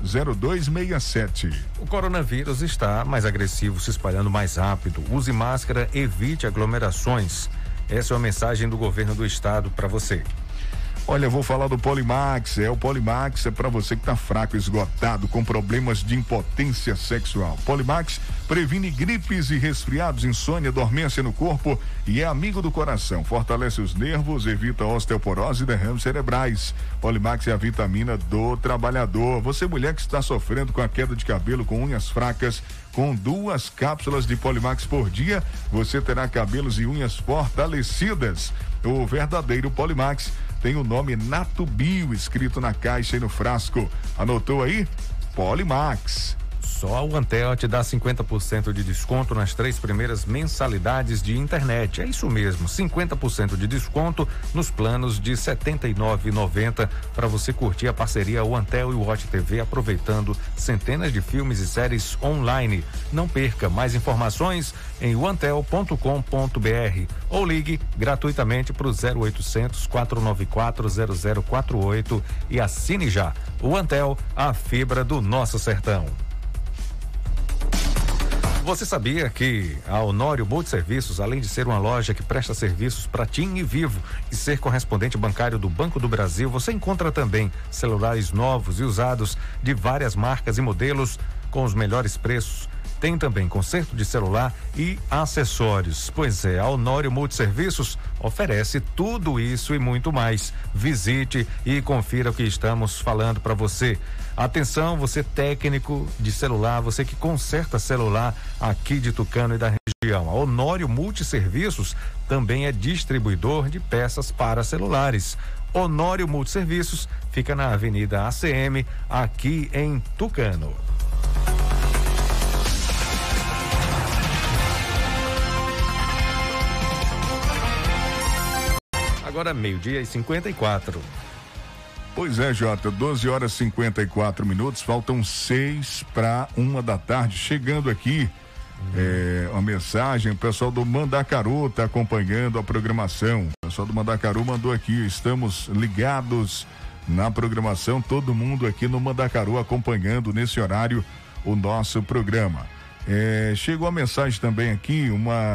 991-230267. O coronavírus está mais agressivo, se espalhando mais rápido. Use máscara máscara, evite aglomerações. Essa é a mensagem do governo do estado para você. Olha, eu vou falar do Polimax. O Polimax é para você que tá fraco, esgotado, com problemas de impotência sexual. Polimax previne gripes e resfriados, insônia, dormência no corpo e é amigo do coração. Fortalece os nervos, evita osteoporose e derrames cerebrais. Polimax é a vitamina do trabalhador. Você, mulher que está sofrendo com a queda de cabelo, com unhas fracas, com 2 cápsulas de Polimax por dia, você terá cabelos e unhas fortalecidas. O verdadeiro Polimax tem o nome Natubio escrito na caixa e no frasco. Anotou aí? Polimax. Só o Antel te dá 50% de desconto nas 3 primeiras mensalidades de internet. É isso mesmo, 50% de desconto nos planos de R$ 79,90 para você curtir a parceria o Antel e o Watch TV, aproveitando centenas de filmes e séries online. Não perca mais informações em oantel.com.br ou ligue gratuitamente para o 0800 494 0048 e assine já. O Antel, a fibra do nosso sertão. Você sabia que a Honório Multiserviços, além de ser uma loja que presta serviços para TIM e Vivo e ser correspondente bancário do Banco do Brasil, você encontra também celulares novos e usados de várias marcas e modelos com os melhores preços. Tem também conserto de celular e acessórios. Pois é, a Honório Multiserviços oferece tudo isso e muito mais. Visite e confira o que estamos falando para você. Atenção, você técnico de celular, você que conserta celular aqui de Tucano e da região. A Honório Multiserviços também é distribuidor de peças para celulares. Honório Multiserviços fica na Avenida ACM, aqui em Tucano. Agora 12h54. Pois é, Jota, 12h54, faltam 6 para 1 da tarde. Chegando aqui, uma mensagem, o pessoal do Mandacaru está acompanhando a programação. O pessoal do Mandacaru mandou aqui, estamos ligados na programação, todo mundo aqui no Mandacaru acompanhando nesse horário o nosso programa. Chegou a mensagem também aqui,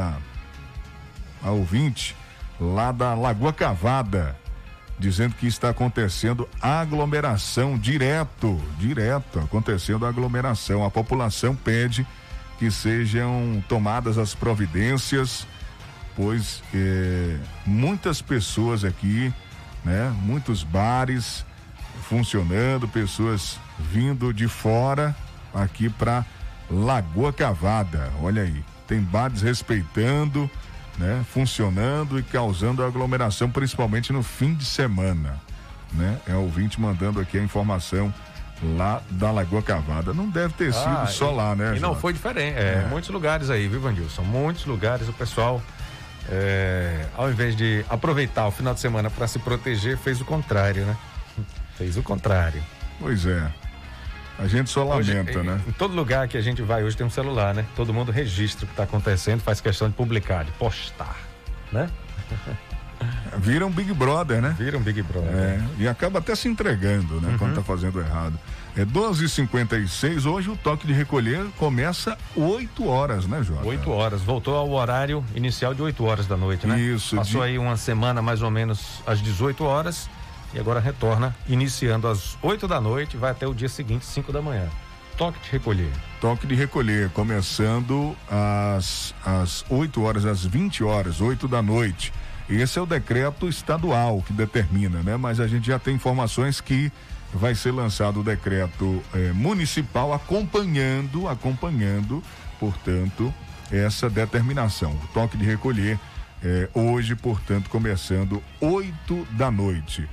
a ouvinte lá da Lagoa Cavada, dizendo que está acontecendo aglomeração direto acontecendo aglomeração. A população pede que sejam tomadas as providências, pois muitas pessoas aqui, né? Muitos bares funcionando, pessoas vindo de fora aqui para Lagoa Cavada. Olha aí, tem bares respeitando, né? Funcionando e causando aglomeração, principalmente no fim de semana, né? É o ouvinte mandando aqui a informação lá da Lagoa Cavada. Não deve ter sido só lá, né? E não foi diferente. Muitos lugares aí, viu, Vandilson? Muitos lugares o pessoal, ao invés de aproveitar o final de semana para se proteger, fez o contrário, né? Fez o contrário. Pois é. A gente só lamenta, hoje, né? Em todo lugar que a gente vai hoje tem um celular, né? Todo mundo registra o que está acontecendo, faz questão de publicar, de postar, né? Vira um Big Brother, né? Vira um Big Brother. E acaba até se entregando, né? Quando tá fazendo errado. 12h56, hoje o toque de recolher começa 8 horas, né, Jota? 8 horas, voltou ao horário inicial de 8 horas da noite, né? Isso. Passou aí uma semana mais ou menos às 18 horas e agora retorna iniciando às 8 da noite, vai até o dia seguinte, 5 da manhã. Toque de recolher. Toque de recolher, começando às 8 horas, às 20 horas, 8 da noite. Esse é o decreto estadual que determina, né? Mas a gente já tem informações que vai ser lançado o decreto municipal acompanhando, portanto, essa determinação. O toque de recolher hoje, portanto, começando 8 da noite.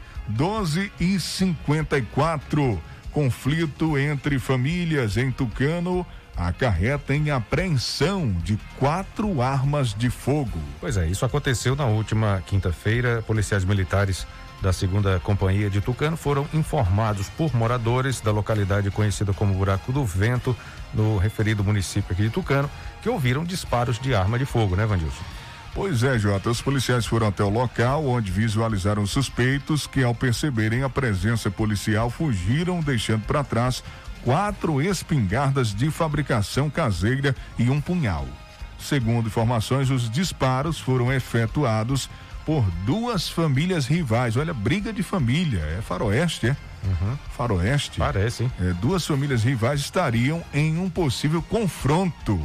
12h54, conflito entre famílias em Tucano acarreta em apreensão de 4 armas de fogo. Pois é, isso aconteceu na última quinta-feira. Policiais militares da 2ª Companhia de Tucano foram informados por moradores da localidade conhecida como Buraco do Vento, no referido município aqui de Tucano, que ouviram disparos de arma de fogo, né, Vandilson? Pois é, Jota, os policiais foram até o local, onde visualizaram suspeitos que, ao perceberem a presença policial, fugiram, deixando para trás 4 espingardas de fabricação caseira e um punhal. Segundo informações, os disparos foram efetuados por duas famílias rivais. Olha, briga de família, é faroeste, é? Faroeste. Parece, hein? Duas famílias rivais estariam em um possível confronto.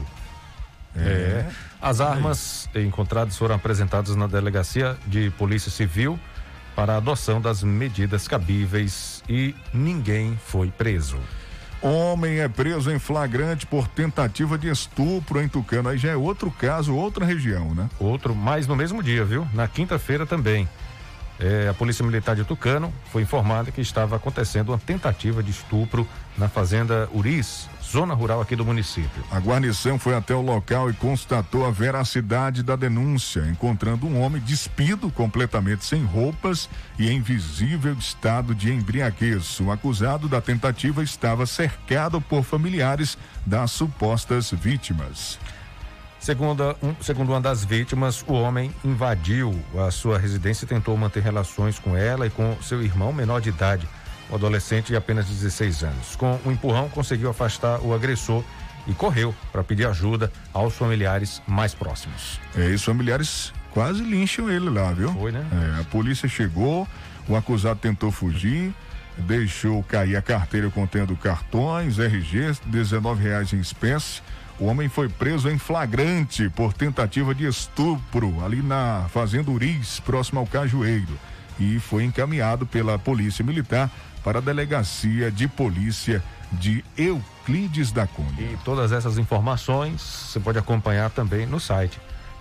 As armas encontradas foram apresentadas na Delegacia de Polícia Civil para a adoção das medidas cabíveis e ninguém foi preso. Homem é preso em flagrante por tentativa de estupro em Tucano. Aí já é outro caso, outra região, né? Outro, mas no mesmo dia, viu? Na quinta-feira também. A Polícia Militar de Tucano foi informada que estava acontecendo uma tentativa de estupro na fazenda Uris, zona rural aqui do município. A guarnição foi até o local e constatou a veracidade da denúncia, encontrando um homem despido, completamente sem roupas e em visível estado de embriaguez. O acusado da tentativa estava cercado por familiares das supostas vítimas. Segundo uma das vítimas, o homem invadiu a sua residência e tentou manter relações com ela e com seu irmão menor de idade, o adolescente de apenas 16 anos. Com um empurrão, conseguiu afastar o agressor e correu para pedir ajuda aos familiares mais próximos. E os familiares quase lincham ele lá, viu? Foi, né? A polícia chegou, o acusado tentou fugir, deixou cair a carteira contendo cartões, RG, R$19 em espécie. O homem foi preso em flagrante por tentativa de estupro ali na fazenda Uris, próximo ao Cajueiro, e foi encaminhado pela Polícia Militar para a Delegacia de Polícia de Euclides da Cunha. E todas essas informações você pode acompanhar também no site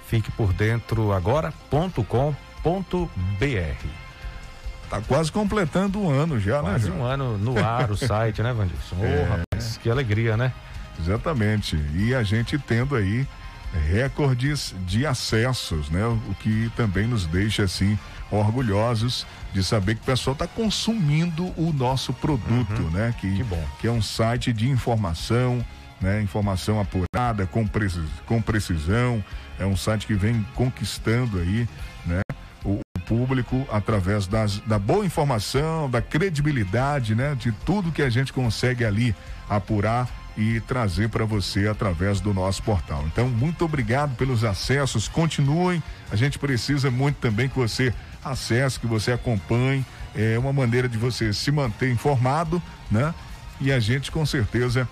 fiquepordentroagora.com.br. Tá quase completando um ano já, quase, né? Um ano no ar o site, né, Vandilson? Rapaz, que alegria, né? Exatamente. E a gente tendo aí recordes de acessos, né? O que também nos deixa assim orgulhosos de saber que o pessoal está consumindo o nosso produto, né? Que bom. Que é um site de informação, né? Informação apurada, com precisão. É um site que vem conquistando aí, né? O público através da boa informação, da credibilidade, né? De tudo que a gente consegue ali apurar e trazer para você através do nosso portal. Então, muito obrigado pelos acessos, continuem, a gente precisa muito também que você acesse, que você acompanhe, é uma maneira de você se manter informado, né? E a gente com certeza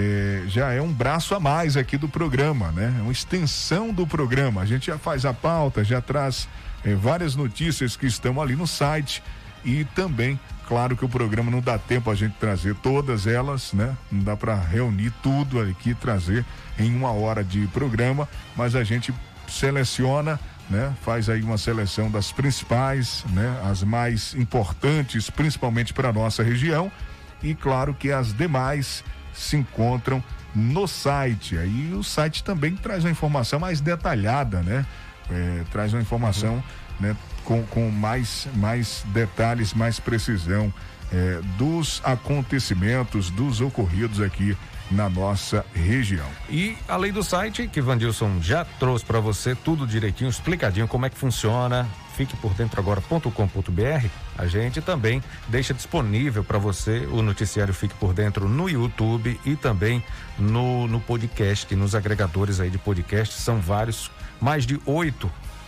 já é um braço a mais aqui do programa, né? É uma extensão do programa, a gente já faz a pauta, já traz várias notícias que estão ali no site e também claro que o programa não dá tempo a gente trazer todas elas, né? Não dá para reunir tudo aqui, trazer em 1 hora de programa, mas a gente seleciona, né? Faz aí uma seleção das principais, né? As mais importantes, principalmente para nossa região, e claro que as demais se encontram no site. Aí o site também traz uma informação mais detalhada, né? Traz uma informação, né? Com mais detalhes, mais precisão dos acontecimentos, dos ocorridos aqui na nossa região. E além do site, que Vandilson já trouxe para você tudo direitinho, explicadinho como é que funciona, fiquepordentroagora.com.br, a gente também deixa disponível para você o noticiário Fique por Dentro no YouTube e também no podcast, nos agregadores aí de podcast, são vários, mais de 8.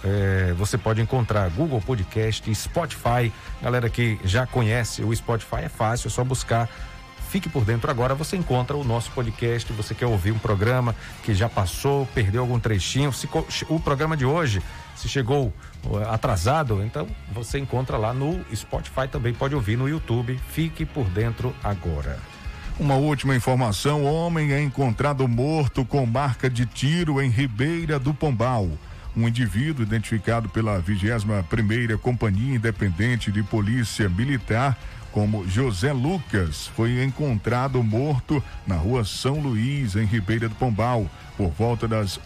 Você pode encontrar Google Podcast, Spotify. Galera que já conhece o Spotify, é fácil, é só buscar Fique por Dentro Agora, você encontra o nosso podcast. Você quer ouvir um programa que já passou, perdeu algum trechinho, o programa de hoje, se chegou atrasado, então você encontra lá no Spotify, também pode ouvir no YouTube, Fique por Dentro Agora. Uma última informação, homem é encontrado morto com marca de tiro em Ribeira do Pombal. Um indivíduo identificado pela 21ª Companhia Independente de Polícia Militar como José Lucas foi encontrado morto na rua São Luís, em Ribeira do Pombal, por volta das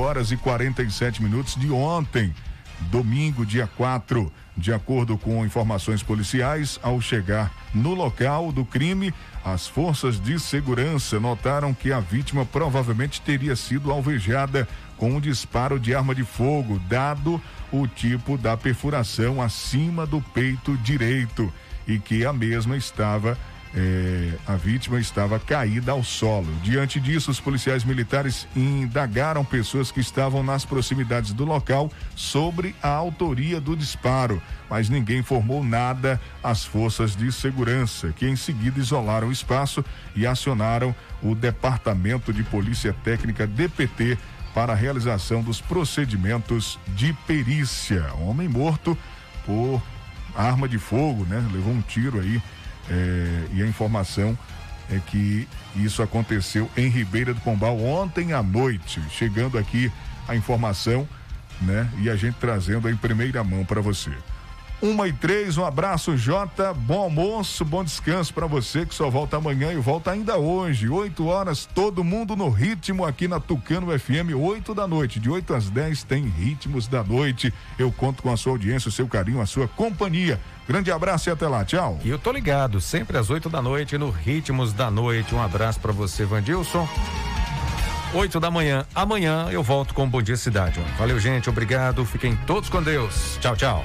8h47 de ontem, domingo, dia 4. De acordo com informações policiais, ao chegar no local do crime, as forças de segurança notaram que a vítima provavelmente teria sido alvejada com um disparo de arma de fogo, dado o tipo da perfuração acima do peito direito, e que a mesma estava A vítima estava caída ao solo. Diante disso, os policiais militares indagaram pessoas que estavam nas proximidades do local sobre a autoria do disparo, mas ninguém informou nada às forças de segurança, que em seguida isolaram o espaço e acionaram o Departamento de Polícia Técnica DPT para a realização dos procedimentos de perícia. Homem morto por arma de fogo, né? Levou um tiro aí. E a informação é que isso aconteceu em Ribeira do Pombal ontem à noite. Chegando aqui a informação, né? E a gente trazendo em primeira mão para você. 1h03, um abraço, Jota, bom almoço, bom descanso para você que só volta amanhã e volta ainda hoje, 8 horas, todo mundo no ritmo aqui na Tucano FM, 8 da noite, de 8 às 10 tem Ritmos da Noite. Eu conto com a sua audiência, o seu carinho, a sua companhia. Grande abraço e até lá, tchau. E eu tô ligado, sempre às 8 da noite no Ritmos da Noite. Um abraço para você, Vandilson. 8 da manhã, amanhã eu volto com Bom Dia Cidade. Valeu, gente, obrigado, fiquem todos com Deus. Tchau, tchau.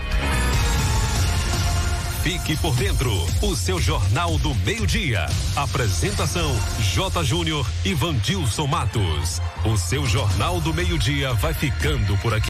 Fique por dentro, o seu Jornal do Meio-Dia. Apresentação, J. Júnior e Vandilson Matos. O seu Jornal do Meio-Dia vai ficando por aqui.